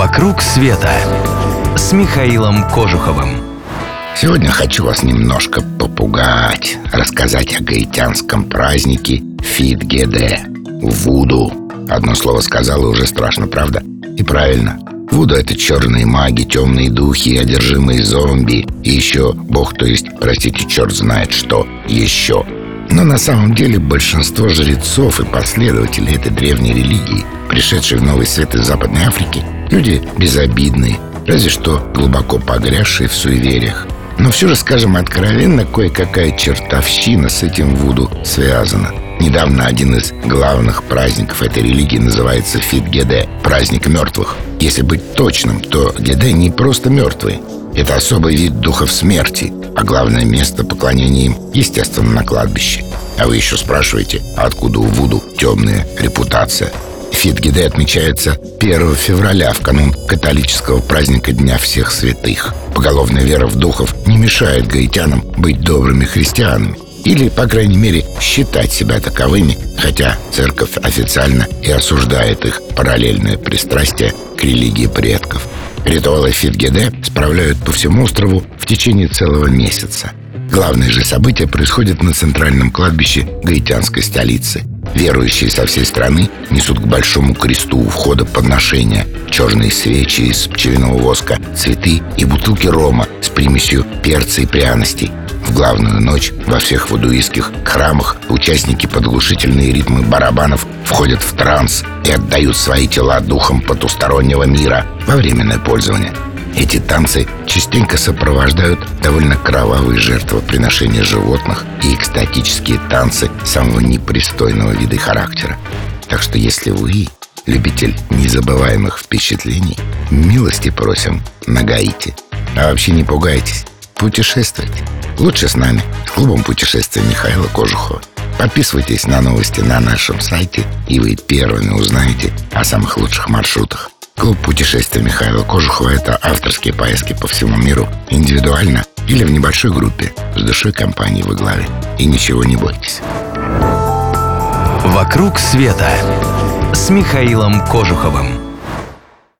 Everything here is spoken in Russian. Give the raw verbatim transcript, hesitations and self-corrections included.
«Вокруг света» с Михаилом Кожуховым. Сегодня хочу вас немножко попугать, рассказать о гаитянском празднике Фит-Геде – Вуду. Одно слово сказал, и уже страшно, правда? И правильно. Вуду – это черные маги, темные духи, одержимые зомби. И еще бог, то есть, простите, черт знает что еще. Но на самом деле большинство жрецов и последователей этой древней религии, пришедшие в Новый Свет из Западной Африки, люди безобидные, разве что глубоко погрязшие в суевериях. Но все же, скажем откровенно, кое-какая чертовщина с этим вуду связана. Недавно один из главных праздников этой религии называется Фит-Геде – праздник мертвых. Если быть точным, то Геде не просто мертвые. Это особый вид духов смерти, а главное место поклонения им, естественно, на кладбище. А вы еще спрашиваете, откуда у вуду темная репутация? Фит-Геде отмечается первого февраля, в канун католического праздника Дня всех святых. Поголовная вера в духов не мешает гаитянам быть добрыми христианами. Или, по крайней мере, считать себя таковыми, хотя церковь официально и осуждает их параллельное пристрастие к религии предков. Ритуалы Фит-Геде справляют по всему острову в течение целого месяца. Главные же события происходят на центральном кладбище гаитянской столицы. Верующие со всей страны несут к большому кресту у входа подношения: черные свечи из пчелиного воска, цветы и бутылки рома с примесью перца и пряностей. В главную ночь во всех вудуистских храмах участники под глушительные ритмы барабанов входят в транс и отдают свои тела духам потустороннего мира во временное пользование. Эти танцы частенько сопровождают довольно кровавые жертвоприношения животных и экстатические танцы самого непристойного вида и характера. Так что если вы любитель незабываемых впечатлений, милости просим на Гаити. А вообще не пугайтесь, путешествуйте. Лучше с нами, с клубом путешествия Михаила Кожухова. Подписывайтесь на новости на нашем сайте, и вы первыми узнаете о самых лучших маршрутах. Клуб путешествия Михаила Кожухова – это авторские поездки по всему миру, индивидуально или в небольшой группе, с душой компании во главе. И ничего не бойтесь. «Вокруг света» с Михаилом Кожуховым.